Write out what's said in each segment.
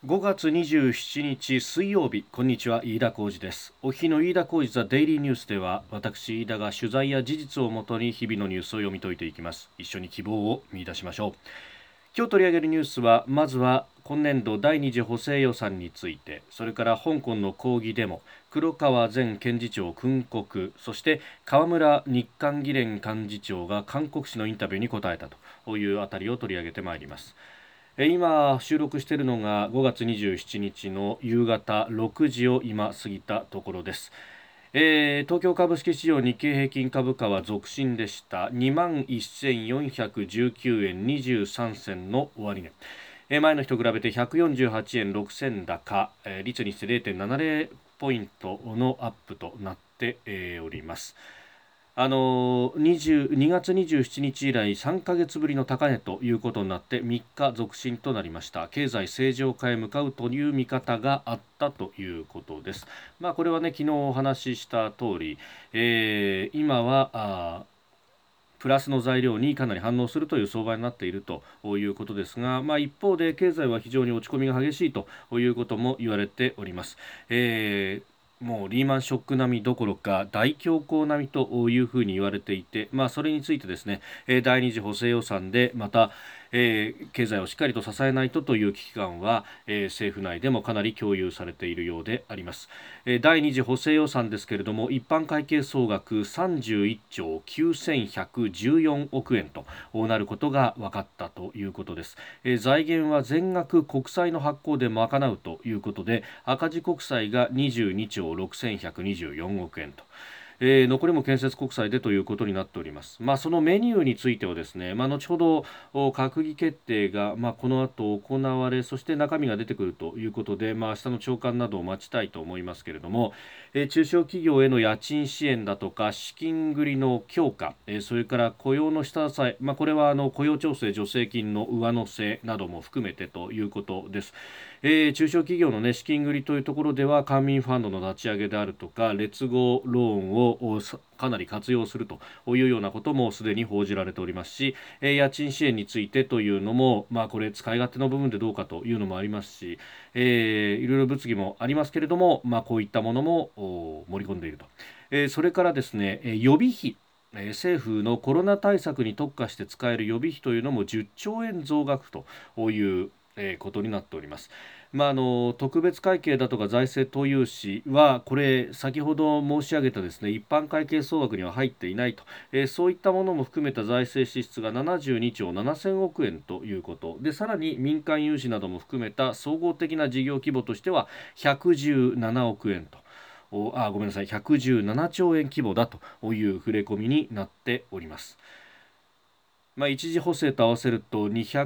5月27日水曜日、こんにちは、飯田浩司です。お日の飯田浩司ザデイリーニュースでは、私飯田が取材や事実をもとに日々のニュースを読み解いていきます。一緒に希望を見出しましょう。今日取り上げるニュースは、まずは今年度第2次補正予算について、それから香港の抗議デモ、黒川前検事長訓告、そして河村日韓議連幹事長が韓国紙のインタビューに答えたというあたりを取り上げてまいります。今収録しているのが5月27日の夕方6時を今過ぎたところです。東京株式市場日経平均株価は続伸でした。21,419円23銭の終値、前の日と比べて148円6銭高、率にして0.70ポイントのアップとなって、おります。2月27日以来3ヶ月ぶりの高値ということになって3日続伸となりました。経済正常化へ向かうという見方があったということです。これはね、昨日お話しした通り、今はプラスの材料にかなり反応するという相場になっているということですが、一方で経済は非常に落ち込みが激しいということも言われております。もうリーマンショック並みどころか大恐慌並みというふうに言われていて、それについてですね、第二次補正予算でまた、経済をしっかりと支えないという危機感は、政府内でもかなり共有されているようであります。第二次補正予算ですけれども、一般会計総額31兆9114億円となることが分かったということです。財源は全額国債の発行で賄うということで、赤字国債が22兆6124億円と、残りも建設国債でということになっております。そのメニューについてはですね、後ほど閣議決定が、この後行われ、そして中身が出てくるということで、明日の朝刊などを待ちたいと思いますけれども、中小企業への家賃支援だとか資金繰りの強化、それから雇用の下支え、これは雇用調整助成金の上乗せなども含めてということです。中小企業の、資金繰りというところでは官民ファンドの立ち上げであるとか劣後ローンをかなり活用するというようなこともすでに報じられておりますし、家賃支援についてというのも、これ使い勝手の部分でどうかというのもありますし、いろいろ物議もありますけれども、こういったものも盛り込んでいると、それからですね、予備費、政府のコロナ対策に特化して使える予備費というのも10兆円増額ということになっております。特別会計だとか財政投融資はこれ先ほど申し上げたですね、一般会計総額には入っていないと、そういったものも含めた財政支出が72兆7000億円ということで、さらに民間融資なども含めた総合的な事業規模としては117億円と、ごめんなさい、117兆円規模だという触れ込みになっております。一次補正と合わせると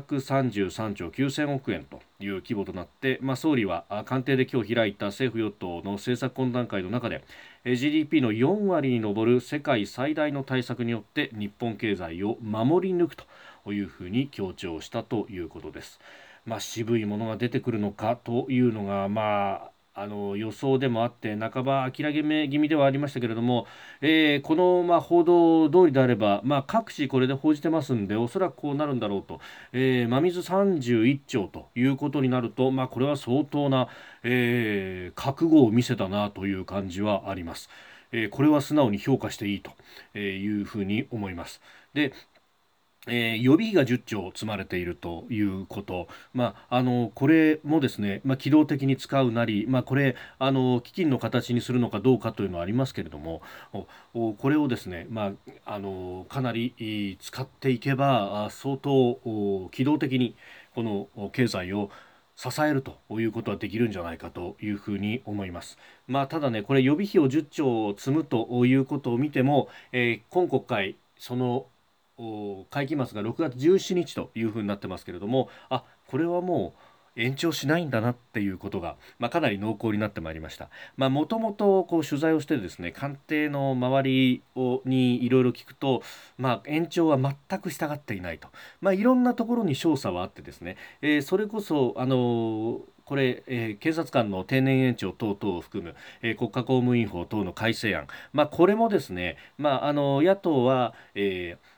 233兆9000億円という規模となって、総理は官邸で今日開いた政府与党の政策懇談会の中で GDP の4割に上る世界最大の対策によって日本経済を守り抜くというふうに強調したということです。渋いものが出てくるのかというのが、予想でもあって半ば諦め気味ではありましたけれども、この、報道通りであれば、各紙これで報じてますんで、おそらくこうなるんだろうと、真水31兆ということになると、これは相当な、覚悟を見せたなという感じはあります。これは素直に評価していいというふうに思います。で、予備費が10兆積まれているということ、これもですね、機動的に使うなり、これ基金の形にするのかどうかというのはありますけれども、これをですね、かなり使っていけば相当機動的にこの経済を支えるということはできるんじゃないかというふうに思います。ただね、これ予備費を10兆積むということを見ても、今国会その会期末が6月17日というふうになってますけれども、これはもう延長しないんだなっていうことが、かなり濃厚になってまいりました。もともとこう取材をしてですね、官邸の周りにいろいろ聞くと、延長は全く従っていないと、いろんなところに調査はあってですね、それこそこれ、検察官の定年延長等々を含む、国家公務員法等の改正案、これもですね、野党は、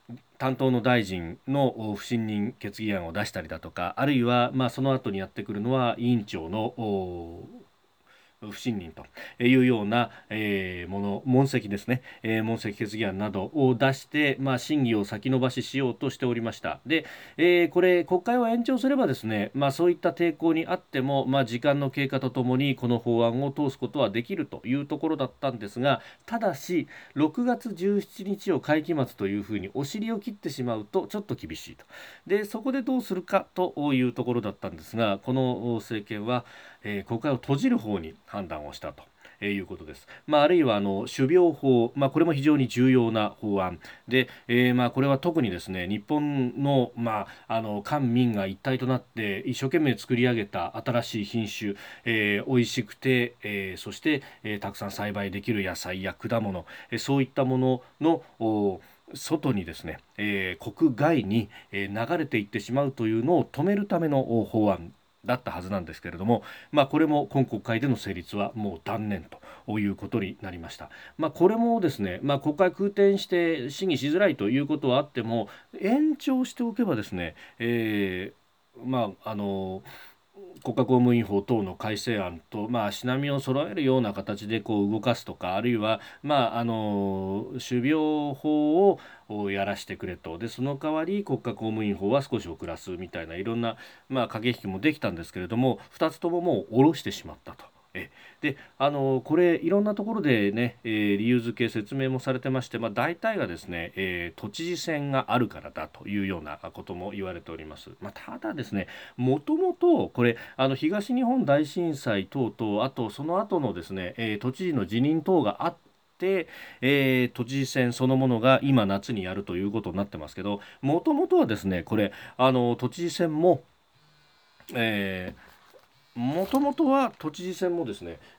担当の大臣の不信任決議案を出したりだとか、あるいはその後にやってくるのは委員長の不信任というような、問責ですね、問責決議案などを出して、審議を先延ばししようとしておりました。で、これ国会を延長すればですね、そういった抵抗にあっても、時間の経過とともにこの法案を通すことはできるというところだったんですが、ただし6月17日を会期末というふうにお尻を切ってしまうとちょっと厳しいと。でそこでどうするかというところだったんですが、この政権は、国会を閉じる方に判断をしたということです。あるいは種苗法、これも非常に重要な法案で、これは特にですね、日本の、官民が一体となって一生懸命作り上げた新しい品種、美味しくて、そして、たくさん栽培できる野菜や果物、そういったものの外にですね、国外に、流れていってしまうというのを止めるための法案だったはずなんですけれども、これも今国会での成立はもう断念ということになりました。これもですね、国会空転して審議しづらいということはあっても、延長しておけばですね、国家公務員法等の改正案と、足並みを揃えるような形でこう動かすとか、あるいは、種苗法をやらしてくれと。でその代わり国家公務員法は少し遅らすみたいないろんな、駆け引きもできたんですけれども、2つとももう下ろしてしまったと。でこれいろんなところでね、理由付け説明もされてまして、大体がですね、都知事選があるからだというようなことも言われております。ただですね、もともとこれ東日本大震災等々、あとその後のですね、都知事の辞任等があって、都知事選そのものが今夏にやるということになってますけど、もともとはですね、これ都知事選も、もともとは都知事選もですね、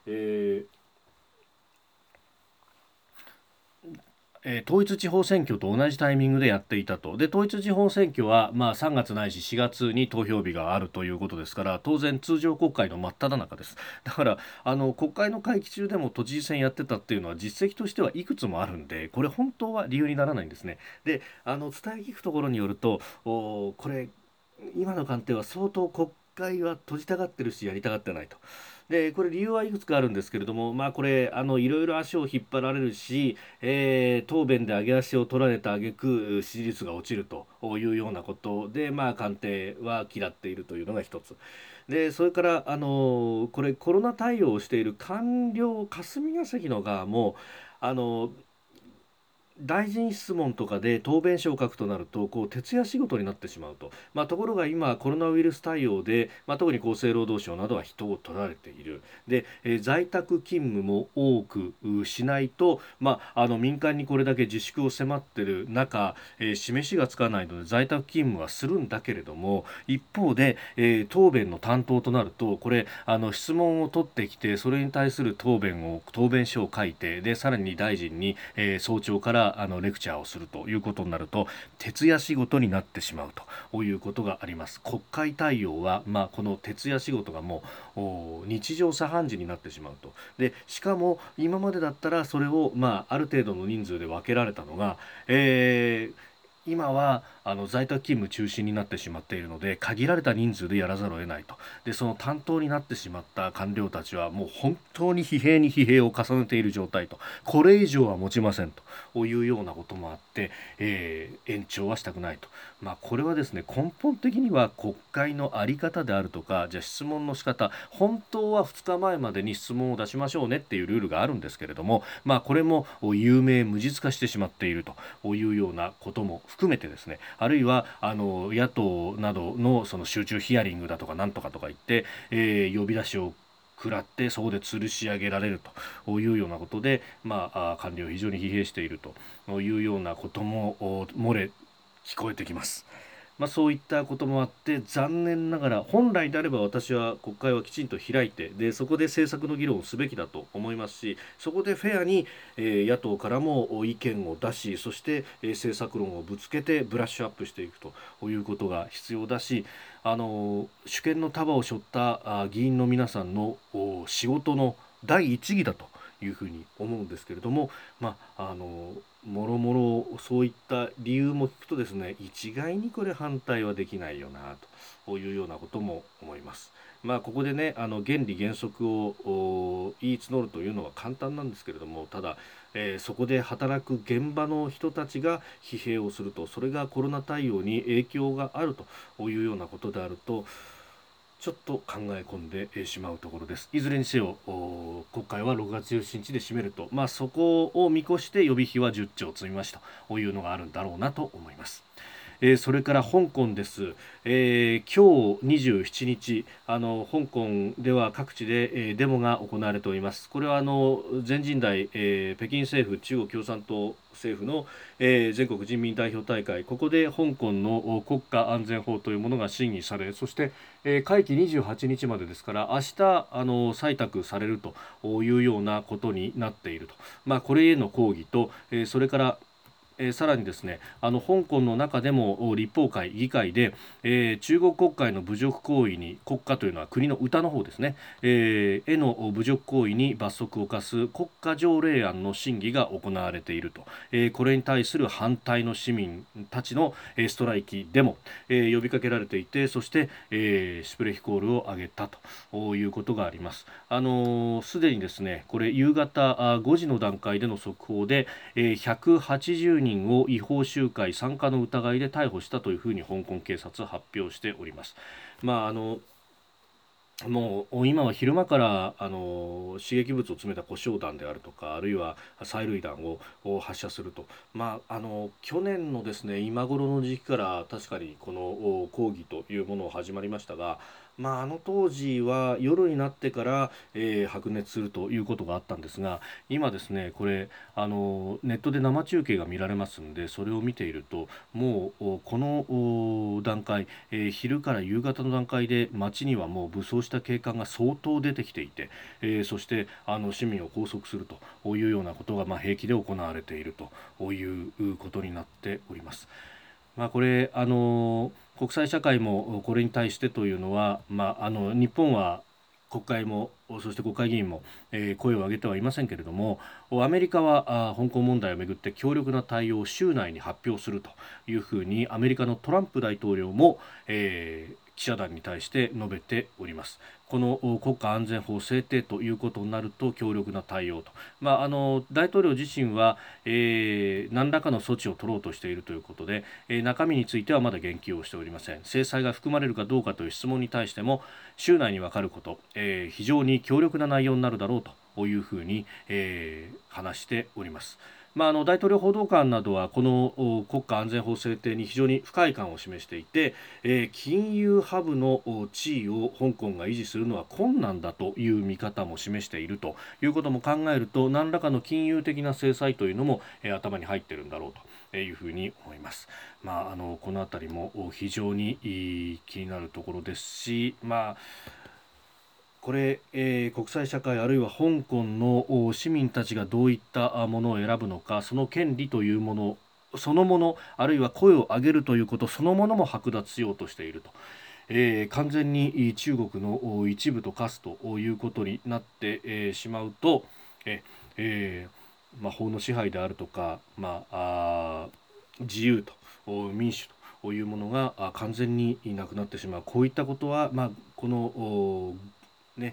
統一地方選挙と同じタイミングでやっていたと。で統一地方選挙は、3月ないし4月に投票日があるということですから、当然通常国会の真っ只中です。だから国会の会期中でも都知事選やってたっていうのは実績としてはいくつもあるんで、これ本当は理由にならないんですね。で伝え聞くところによると、これ今の官邸は相当国会は閉じたがってるしやりたがってないと。でこれ理由はいくつかあるんですけれども、これいろいろ足を引っ張られるし、答弁で上げ足を取られた挙句支持率が落ちるというようなことで、官邸は嫌っているというのが一つで、それからこれコロナ対応をしている官僚霞が関の側もあの大臣質問とかで答弁書を書くとなるとこう徹夜仕事になってしまうと。ところが今コロナウイルス対応で、特に厚生労働省などは人を取られている。で、在宅勤務も多くしないと、民間にこれだけ自粛を迫っている中、示しがつかないので在宅勤務はするんだけれども、一方で、答弁の担当となるとこれ質問を取ってきて、それに対する答弁書を書いて、でさらに大臣に、早朝からレクチャーをするということになると徹夜仕事になってしまうということがあります。国会対応は、この徹夜仕事がもう日常茶飯事になってしまうと。でしかも今までだったらそれを、ある程度の人数で分けられたのが、今は在宅勤務中心になってしまっているので、限られた人数でやらざるを得ないと。でその担当になってしまった官僚たちはもう本当に疲弊に疲弊を重ねている状態と。これ以上は持ちませんというようなこともあって、延長はしたくないと。これはですね、根本的には国会の在り方であるとか、じゃあ質問の仕方、本当は2日前までに質問を出しましょうねっていうルールがあるんですけれども、これも有名無実化してしまっているというようなことも含めてですね、あるいは野党などのその集中ヒアリングだとかなんとかとか言って、呼び出しを食らってそこで吊るし上げられるというようなことで、官僚非常に疲弊しているというようなことも漏れ聞こえてきます。そういったこともあって残念ながら、本来であれば私は国会はきちんと開いて、でそこで政策の議論をすべきだと思いますし、そこでフェアに、野党からも意見を出し、そして、政策論をぶつけてブラッシュアップしていくということが必要だし、主権の束を背負った議員の皆さんの仕事の第一義だというふうに思うんですけれども、もろもろそういった理由も聞くとですね、一概にこれ反対はできないよなというようなことも思います。ここでね、原理原則を言い募るというのは簡単なんですけれども、ただ、そこで働く現場の人たちが疲弊をすると、それがコロナ対応に影響があるというようなことであると、ちょっと考え込んでしまうところです。いずれにせよ国会は6月17日で締めると、そこを見越して予備費は10兆積みましたというのがあるんだろうなと思います。それから香港です。今日27日香港では各地で、デモが行われております。これは全人代、北京政府中国共産党政府の、全国人民代表大会、ここで香港の国家安全法というものが審議され、そして、会期28日までですから明日採択されるというようなことになっていると、これへの抗議と、それからさらにですね、香港の中でも立法会、議会で、中国国会の侮辱行為に、国家というのは国の歌の方ですね、への侮辱行為に罰則を課す国家条例案の審議が行われていると、これに対する反対の市民たちのストライキデモ、呼びかけられていて、そして、シュプレヒコールを上げたということがあります。すでにですね、これ夕方5時の段階での速報で、180人を違法集会参加の疑いで逮捕したというふうに香港警察は発表しております。もう今は昼間から刺激物を詰めた小焼弾であるとか、あるいは催涙弾を発射すると、去年のですね今頃の時期から確かにこの抗議というものを始まりましたが、あの当時は夜になってから、白熱するということがあったんですが、今ですねこれネットで生中継が見られますんで、それを見ているともうこの段階、昼から夕方の段階で街にはもう武装した警官が相当出てきていて、そして市民を拘束するというようなことが平気で行われているということになっております。これ国際社会もこれに対してというのは、日本は国会もそして国会議員も、声を上げてはいませんけれども、アメリカは香港問題をめぐって強力な対応を週内に発表するというふうにアメリカのトランプ大統領も、記者団に対して述べております。この国家安全法制定ということになると強力な対応と、大統領自身は、何らかの措置を取ろうとしているということで、中身についてはまだ言及をしておりません。制裁が含まれるかどうかという質問に対しても週内に分かること、非常に強力な内容になるだろうというふうに、話しております。大統領報道官などはこの国家安全法制定に非常に不快感を示していて、金融ハブの地位を香港が維持するのは困難だという見方も示しているということも考えると、何らかの金融的な制裁というのも、頭に入っているんだろうというふうに思います。このあたりも非常に気になるところですし、これ、国際社会あるいは香港の市民たちがどういったものを選ぶのか、その権利というものそのもの、あるいは声を上げるということそのものも剥奪しようとしていると、完全に中国の一部と化すということになって、しまうと、法の支配であるとか、自由と民主というものが完全になくなってしまう。こういったことは、このね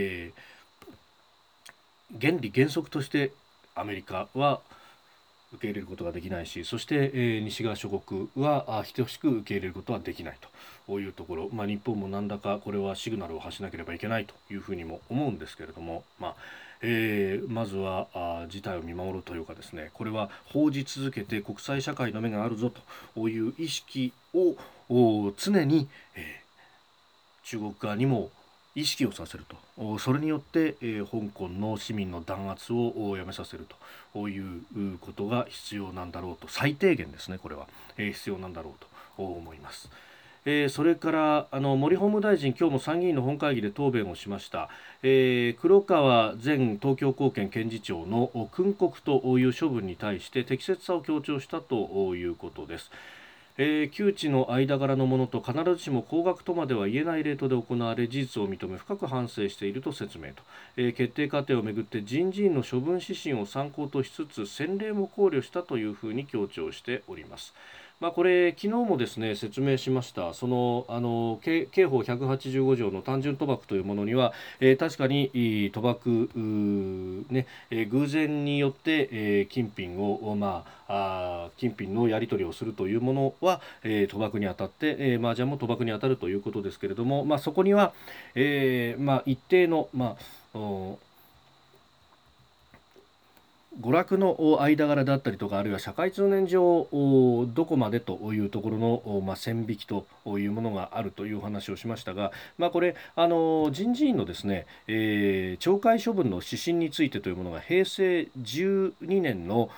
原理原則としてアメリカは受け入れることができないし、そして、西側諸国は等しく受け入れることはできないというところ、日本も何らかこれはシグナルを発しなければいけないというふうにも思うんですけれども、まずは事態を見守るというかですね、これは報じ続けて国際社会の目があるぞという意識を常に、中国側にも意識をさせると、それによって、香港の市民の弾圧をやめさせるということが必要なんだろうと、最低限ですね、これは、必要なんだろうと思います。それから森法務大臣、今日も参議院の本会議で答弁をしました。黒川前東京高検検事長の訓告という処分に対して適切さを強調したということです。 旧知の間柄のものと必ずしも高額とまでは言えないレートで行われ、事実を認め深く反省していると説明と、決定過程をめぐって人事院の処分指針を参考としつつ先例も考慮したというふうに強調しております。これ昨日もですね説明しました。刑法185条の単純賭博というものには、確かに賭博ね、偶然によって、金品を、金品のやり取りをするというものは、賭博にあたって、麻雀も賭博にあたるということですけれども、そこには、一定の、娯楽の間柄だったりとか、あるいは社会通念上どこまでというところの、線引きというものがあるという話をしましたが、これ人事院のですね、懲戒処分の指針についてというものが平成12年の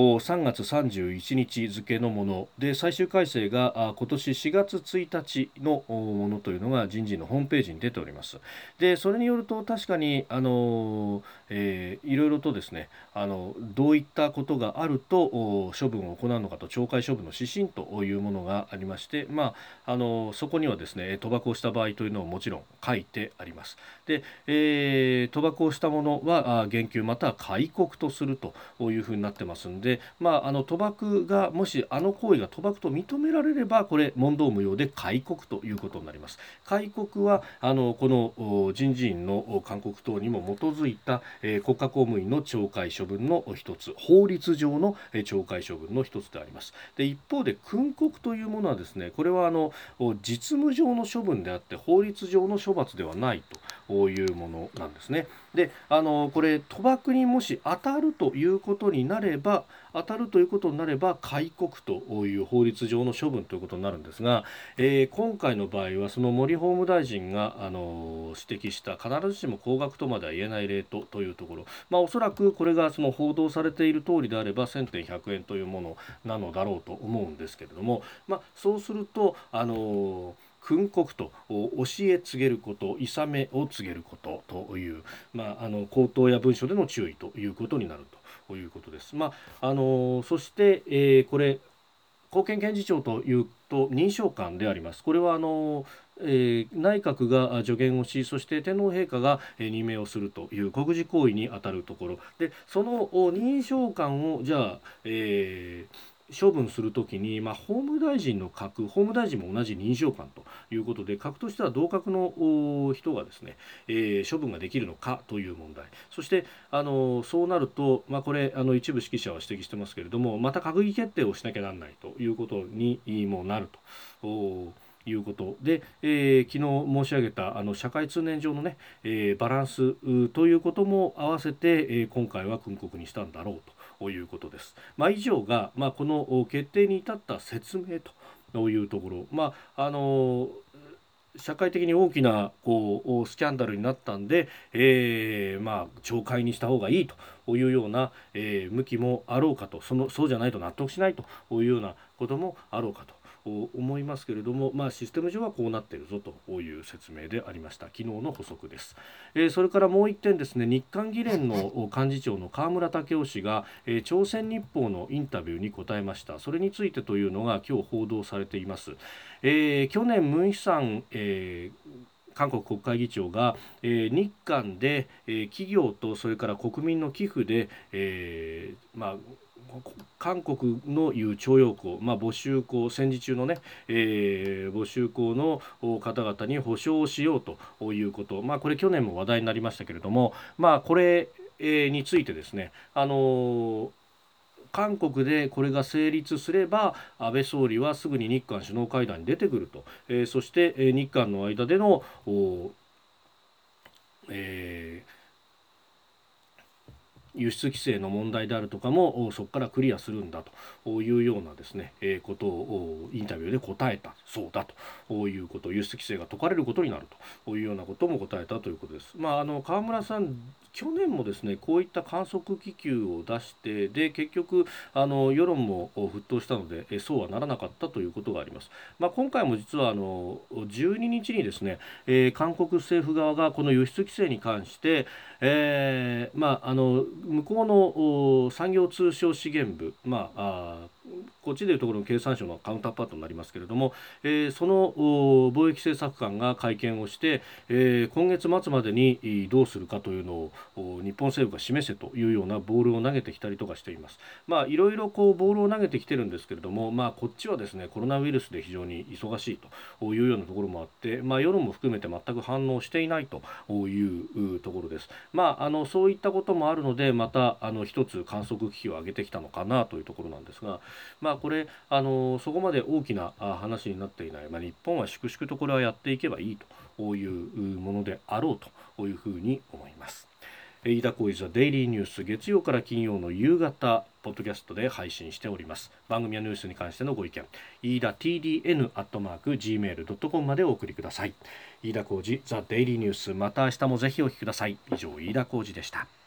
3月31日付のもので、最終改正が今年4月1日のものというのが人事のホームページに出ております。でそれによると確かにいろいろとですね、どういったことがあると処分を行うのかと、懲戒処分の指針というものがありまして、そこにはですね賭博をした場合というのをもちろん書いてあります。で、賭博をしたものは減給または戒告とするというふうになってますんで、賭博がもし行為が賭博と認められればこれ問答無用で戒告ということになります。戒告はこの人事院の勧告等にも基づいた、国家公務員の懲戒処分の一つ、法律上の懲戒処分の一つであります。で一方で訓告というものはですね、これは実務上の処分であって法律上の処罰ではないというものなんですね。でこれ賭博にもし当たるということになれば戒告という法律上の処分ということになるんですが、今回の場合はその森法務大臣が指摘した必ずしも高額とまでは言えないレートというところ、おそらくこれがその報道されている通りであれば1000点100円というものなのだろうと思うんですけれども、そうすると訓告と教え告げること、いさめを告げることという、口頭や文書での注意ということになるということです。そして、これ高検検事長というと認証官であります。これは内閣が助言をし、そして天皇陛下が任命をするという国事行為にあたるところで、その認証官をじゃあ、処分するときに、法務大臣の格、法務大臣も同じ認証官ということで、格としては同格の人がですね、処分ができるのかという問題、そしてそうなると、これ一部識者は指摘してますけれども、また閣議決定をしなきゃならないということにもなると。いうことで、昨日申し上げた社会通念上のね、バランスということも合わせて、今回は訓告にしたんだろうということです。以上が、この決定に至った説明というところ、社会的に大きなスキャンダルになったんで、懲戒にした方がいいというような、向きもあろうかと、そうじゃないと納得しないというようなこともあろうかと思いますけれども、システム上はこうなっているぞという説明でありました。昨日の補足です。それからもう一点ですね、日韓議連の幹事長の河村建夫氏が、朝鮮日報のインタビューに答えました。それについてというのが今日報道されています。去年ムン・ヒさん、韓国国会議長が、日韓で、企業とそれから国民の寄付で、韓国のいう徴用工、募集工、戦時中のね、募集工の方々に保証をしようということ、これ去年も話題になりましたけれども、これ、についてですね、韓国でこれが成立すれば安倍総理はすぐに日韓首脳会談に出てくると、そして、日韓の間での輸出規制の問題であるとかもそこからクリアするんだというようなですね、ことをインタビューで答えたそうだということ、輸出規制が解かれることになるというようなことも答えたということです。河村さん去年もですねこういった観測気球を出してで結局世論も沸騰したのでそうはならなかったということがあります。今回も実は12日にですね、韓国政府側がこの輸出規制に関して、向こうの産業通商資源部、 こっちでいうところの経産省のカウンターパートになりますけれども、その貿易政策官が会見をして、今月末までにどうするかというのを日本政府が示せというようなボールを投げてきたりとかしています。いろいろこうボールを投げてきてるんですけれども、こっちはですねコロナウイルスで非常に忙しいというようなところもあって、世論も含めて全く反応していないというところです。そういったこともあるので、また一つ観測機器を上げてきたのかなというところなんですが、これそこまで大きな話になっていない、日本は粛々とこれはやっていけばいいというものであろうというふうに思います。飯田浩司ザデイリーニュース、月曜から金曜の夕方ポッドキャストで配信しております。番組やニュースに関してのご意見、飯田 TDN@gmail.com までお送りください。飯田浩司ザデイリーニュース、また明日もぜひお聞きください。以上、飯田浩司でした。